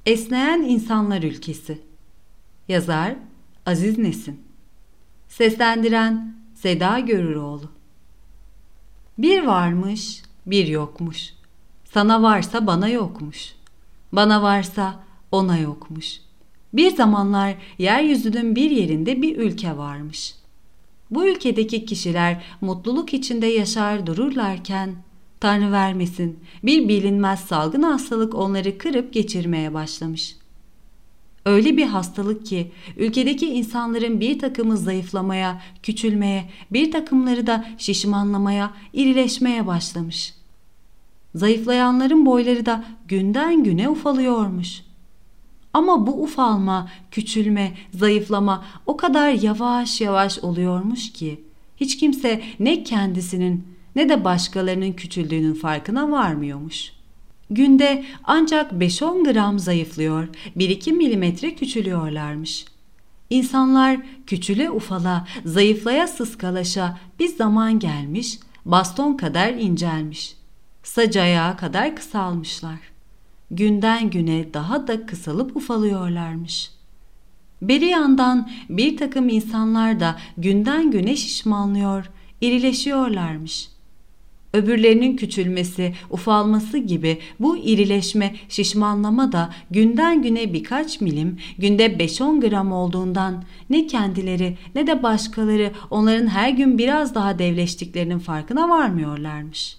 Esneyen İnsanlar Ülkesi. Yazar Aziz Nesin. Seslendiren Seda Görüroğlu. Bir varmış, bir yokmuş. Sana varsa bana yokmuş. Bana varsa ona yokmuş. Bir zamanlar yeryüzünün bir yerinde bir ülke varmış. Bu ülkedeki kişiler mutluluk içinde yaşar dururlarken, Tanrı vermesin, bir bilinmez salgın hastalık onları kırıp geçirmeye başlamış. Öyle bir hastalık ki ülkedeki insanların bir takımı zayıflamaya, küçülmeye, bir takımları da şişmanlamaya, irileşmeye başlamış. Zayıflayanların boyları da günden güne ufalıyormuş. Ama bu ufalma, küçülme, zayıflama o kadar yavaş yavaş oluyormuş ki hiç kimse ne kendisinin ne de başkalarının küçüldüğünün farkına varmıyormuş. Günde ancak 5-10 gram zayıflıyor, 1-2 milimetre küçülüyorlarmış. İnsanlar küçüle ufala, zayıflaya sıskalaşa bir zaman gelmiş, baston kadar incelmiş. Sac ayağa kadar kısalmışlar. Günden güne daha da kısalıp ufalıyorlarmış. Beri yandan bir takım insanlar da günden güne şişmanlıyor, irileşiyorlarmış. Öbürlerinin küçülmesi, ufalması gibi bu irileşme, şişmanlama da günden güne birkaç milim, günde 5-10 gram olduğundan ne kendileri ne de başkaları onların her gün biraz daha devleştiklerinin farkına varmıyorlarmış.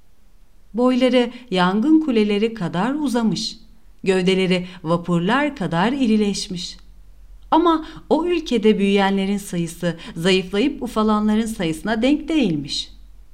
Boyları yangın kuleleri kadar uzamış, gövdeleri vapurlar kadar irileşmiş. Ama o ülkede büyüyenlerin sayısı zayıflayıp ufalanların sayısına denk değilmiş.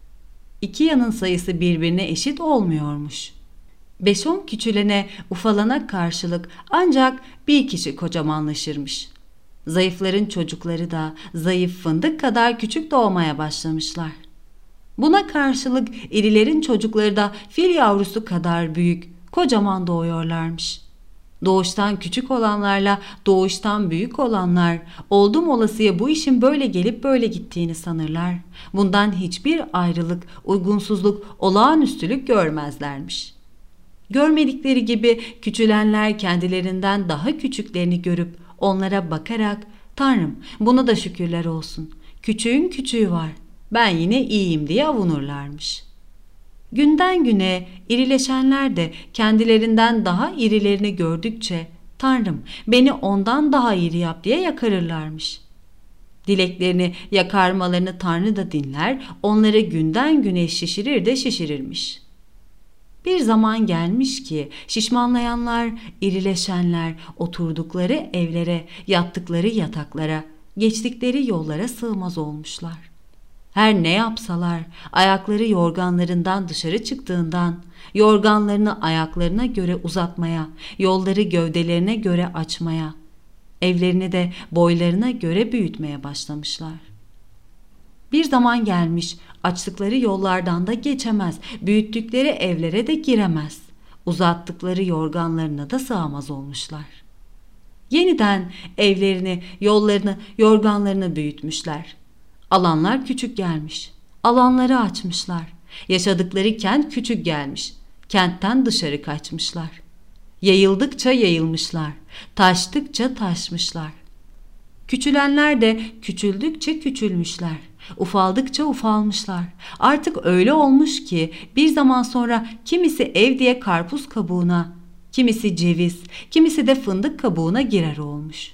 İki yanın sayısı birbirine eşit olmuyormuş. 5-10 küçülene, ufalana karşılık ancak bir kişi kocamanlaşırmış. Zayıfların çocukları da zayıf fındık kadar küçük doğmaya başlamışlar. Buna karşılık irilerin çocukları da fil yavrusu kadar büyük, kocaman doğuyorlarmış. Doğuştan küçük olanlarla doğuştan büyük olanlar oldum olasıya bu işin böyle gelip böyle gittiğini sanırlar. Bundan hiçbir ayrılık, uygunsuzluk, olağanüstülük görmezlermiş. Görmedikleri gibi küçülenler kendilerinden daha küçüklerini görüp onlara bakarak "Tanrım, buna da şükürler olsun. Küçüğün küçüğü var. Ben yine iyiyim" diye avunurlarmış. Günden güne irileşenler de kendilerinden daha irilerini gördükçe "Tanrım, beni ondan daha iri yap" diye yakarırlarmış. Dileklerini, yakarmalarını Tanrı da dinler, onları günden güne şişirir de şişirirmiş. Bir zaman gelmiş ki şişmanlayanlar, irileşenler oturdukları evlere, yattıkları yataklara, geçtikleri yollara sığmaz olmuşlar. Her ne yapsalar ayakları yorganlarından dışarı çıktığından yorganlarını ayaklarına göre uzatmaya, yolları gövdelerine göre açmaya, evlerini de boylarına göre büyütmeye başlamışlar. Bir zaman gelmiş açtıkları yollardan da geçemez, büyüttükleri evlere de giremez, uzattıkları yorganlarına da sığamaz olmuşlar. Yeniden evlerini, yollarını, yorganlarını büyütmüşler. Alanlar küçük gelmiş. Alanları açmışlar. Yaşadıkları kent küçük gelmiş. Kentten dışarı kaçmışlar. Yayıldıkça yayılmışlar. Taştıkça taşmışlar. Küçülenler de küçüldükçe küçülmüşler. Ufaldıkça ufalmışlar. Artık öyle olmuş ki bir zaman sonra kimisi ev diye karpuz kabuğuna, kimisi ceviz, kimisi de fındık kabuğuna girer olmuş.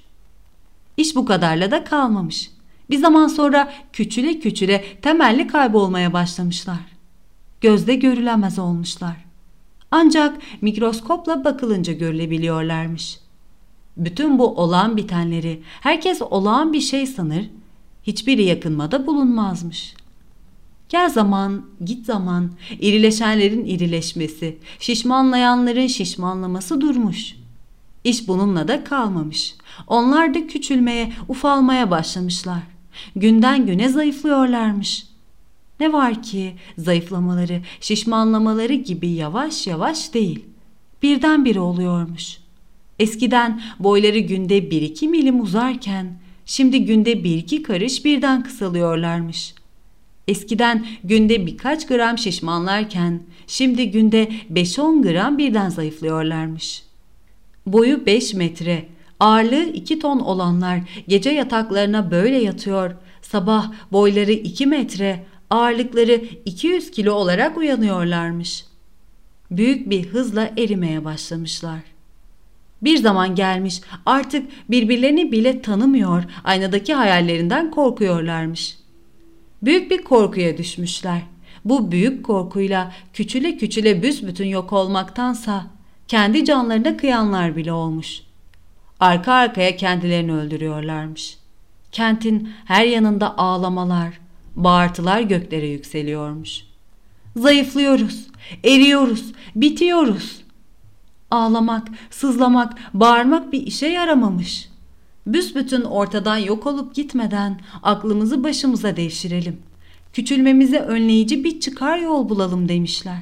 İş bu kadarla da kalmamış. Bir zaman sonra küçüle küçüle temelli kaybolmaya başlamışlar. Gözde görülemez olmuşlar. Ancak mikroskopla bakılınca görülebiliyorlarmış. Bütün bu olan bitenleri herkes olağan bir şey sanır, hiçbiri yakınmada bulunmazmış. Gel zaman, git zaman, irileşenlerin irileşmesi, şişmanlayanların şişmanlaması durmuş. İş bununla da kalmamış. Onlar da küçülmeye, ufalmaya başlamışlar. Günden güne zayıflıyorlarmış. Ne var ki zayıflamaları, şişmanlamaları gibi yavaş yavaş değil, birdenbire oluyormuş. Eskiden boyları günde 1-2 milim uzarken, şimdi günde 1-2 karış birden kısalıyorlarmış. Eskiden günde birkaç gram şişmanlarken, şimdi günde 5-10 gram birden zayıflıyorlarmış. Boyu 5 metre, ağırlığı 2 ton olanlar gece yataklarına böyle yatıyor, sabah boyları 2 metre, ağırlıkları 200 kilo olarak uyanıyorlarmış. Büyük bir hızla erimeye başlamışlar. Bir zaman gelmiş artık birbirlerini bile tanımıyor, aynadaki hayallerinden korkuyorlarmış. Büyük bir korkuya düşmüşler. Bu büyük korkuyla küçüle küçüle büsbütün yok olmaktansa kendi canlarına kıyanlar bile olmuş. Arka arkaya kendilerini öldürüyorlarmış. Kentin her yanında ağlamalar, bağırtılar göklere yükseliyormuş. Zayıflıyoruz, eriyoruz, bitiyoruz. Ağlamak, sızlamak, bağırmak bir işe yaramamış. Büsbütün ortadan yok olup gitmeden aklımızı başımıza devşirelim. Küçülmemize önleyici bir çıkar yol bulalım demişler.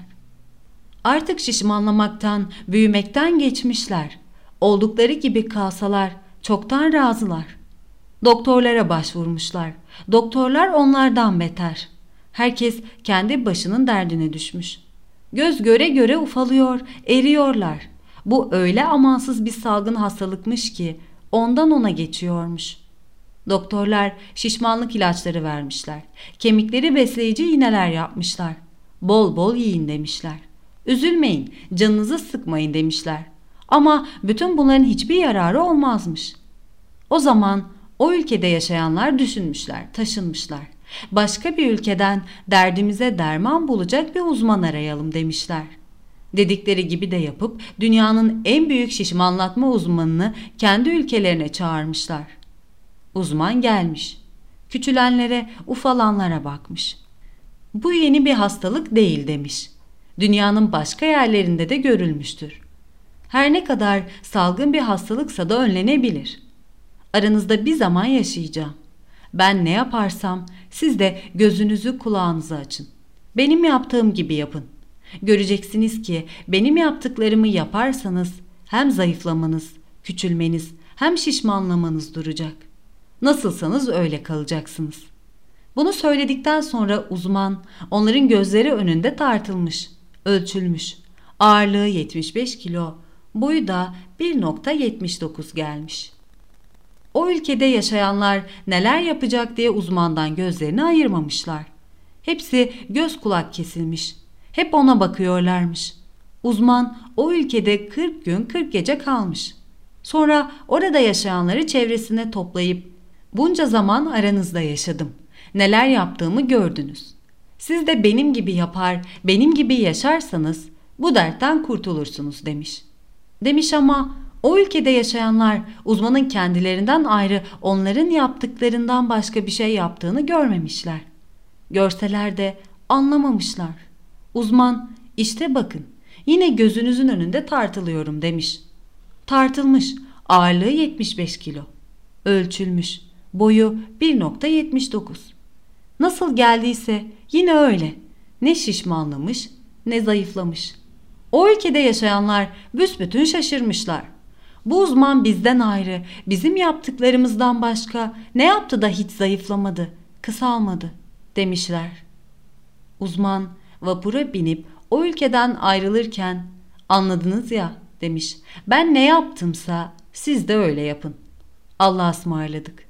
Artık şişmanlamaktan, büyümekten geçmişler. Oldukları gibi kalsalar çoktan razılar. Doktorlara başvurmuşlar. Doktorlar onlardan beter. Herkes kendi başının derdine düşmüş. Göz göre göre ufalıyor, eriyorlar. Bu öyle amansız bir salgın hastalıkmış ki ondan ona geçiyormuş. Doktorlar şişmanlık ilaçları vermişler. Kemikleri besleyici iğneler yapmışlar. Bol bol yiyin demişler. Üzülmeyin, canınızı sıkmayın demişler. Ama bütün bunların hiçbir yararı olmazmış. O zaman o ülkede yaşayanlar düşünmüşler, taşınmışlar. Başka bir ülkeden derdimize derman bulacak bir uzman arayalım demişler. Dedikleri gibi de yapıp dünyanın en büyük şişmanlatma uzmanını kendi ülkelerine çağırmışlar. Uzman gelmiş. Küçülenlere, ufalanlara bakmış. Bu yeni bir hastalık değil demiş. Dünyanın başka yerlerinde de görülmüştür. Her ne kadar salgın bir hastalıksa da önlenebilir. Aranızda bir zaman yaşayacağım. Ben ne yaparsam siz de gözünüzü kulağınızı açın. Benim yaptığım gibi yapın. Göreceksiniz ki benim yaptıklarımı yaparsanız hem zayıflamanız, küçülmeniz hem şişmanlamanız duracak. Nasılsanız öyle kalacaksınız. Bunu söyledikten sonra uzman onların gözleri önünde tartılmış, ölçülmüş. Ağırlığı 75 kilo, boyu da 1,79 gelmiş. O ülkede yaşayanlar neler yapacak diye uzmandan gözlerini ayırmamışlar. Hepsi göz kulak kesilmiş. Hep ona bakıyorlarmış. Uzman o ülkede 40 gün 40 gece kalmış. Sonra orada yaşayanları çevresine toplayıp bunca zaman aranızda yaşadım. Neler yaptığımı gördünüz. Siz de benim gibi yapar, benim gibi yaşarsanız bu dertten kurtulursunuz demiş. Demiş ama o ülkede yaşayanlar uzmanın kendilerinden ayrı onların yaptıklarından başka bir şey yaptığını görmemişler. Görseler de anlamamışlar. Uzman işte bakın yine gözünüzün önünde tartılıyorum demiş. Tartılmış, ağırlığı 75 kilo. Ölçülmüş, boyu 1,79. Nasıl geldiyse yine öyle. Ne şişmanlamış ne zayıflamış. O ülkede yaşayanlar büsbütün şaşırmışlar. Bu uzman bizden ayrı, bizim yaptıklarımızdan başka ne yaptı da hiç zayıflamadı, kısalmadı demişler. Uzman vapura binip o ülkeden ayrılırken anladınız ya demiş. Ben ne yaptımsa siz de öyle yapın. Allah'a ısmarladık.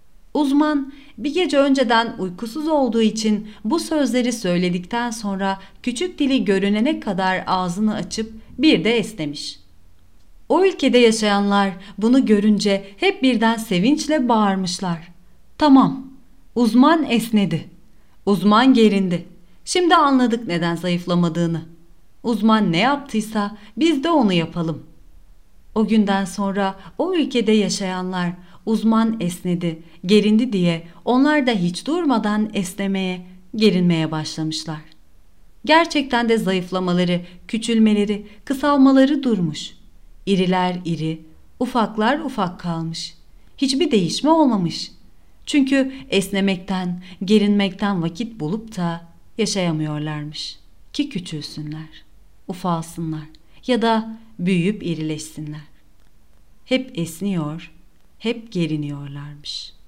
Uzman bir gece önceden uykusuz olduğu için bu sözleri söyledikten sonra küçük dili görünene kadar ağzını açıp bir de esnemiş. O ülkede yaşayanlar bunu görünce hep birden sevinçle bağırmışlar. Tamam, uzman esnedi. Uzman gerindi. Şimdi anladık neden zayıflamadığını. Uzman ne yaptıysa biz de onu yapalım. O günden sonra o ülkede yaşayanlar uzman esnedi, gerindi diye onlar da hiç durmadan esnemeye, gerinmeye başlamışlar. Gerçekten de zayıflamaları, küçülmeleri, kısalmaları durmuş. İriler iri, ufaklar ufak kalmış. Hiçbir değişme olmamış. Çünkü esnemekten, gerinmekten vakit bulup da yaşayamıyorlarmış. Ki küçülsünler, ufalsınlar ya da büyüyüp irileşsinler. Hep esniyor, hep geriniyorlarmış.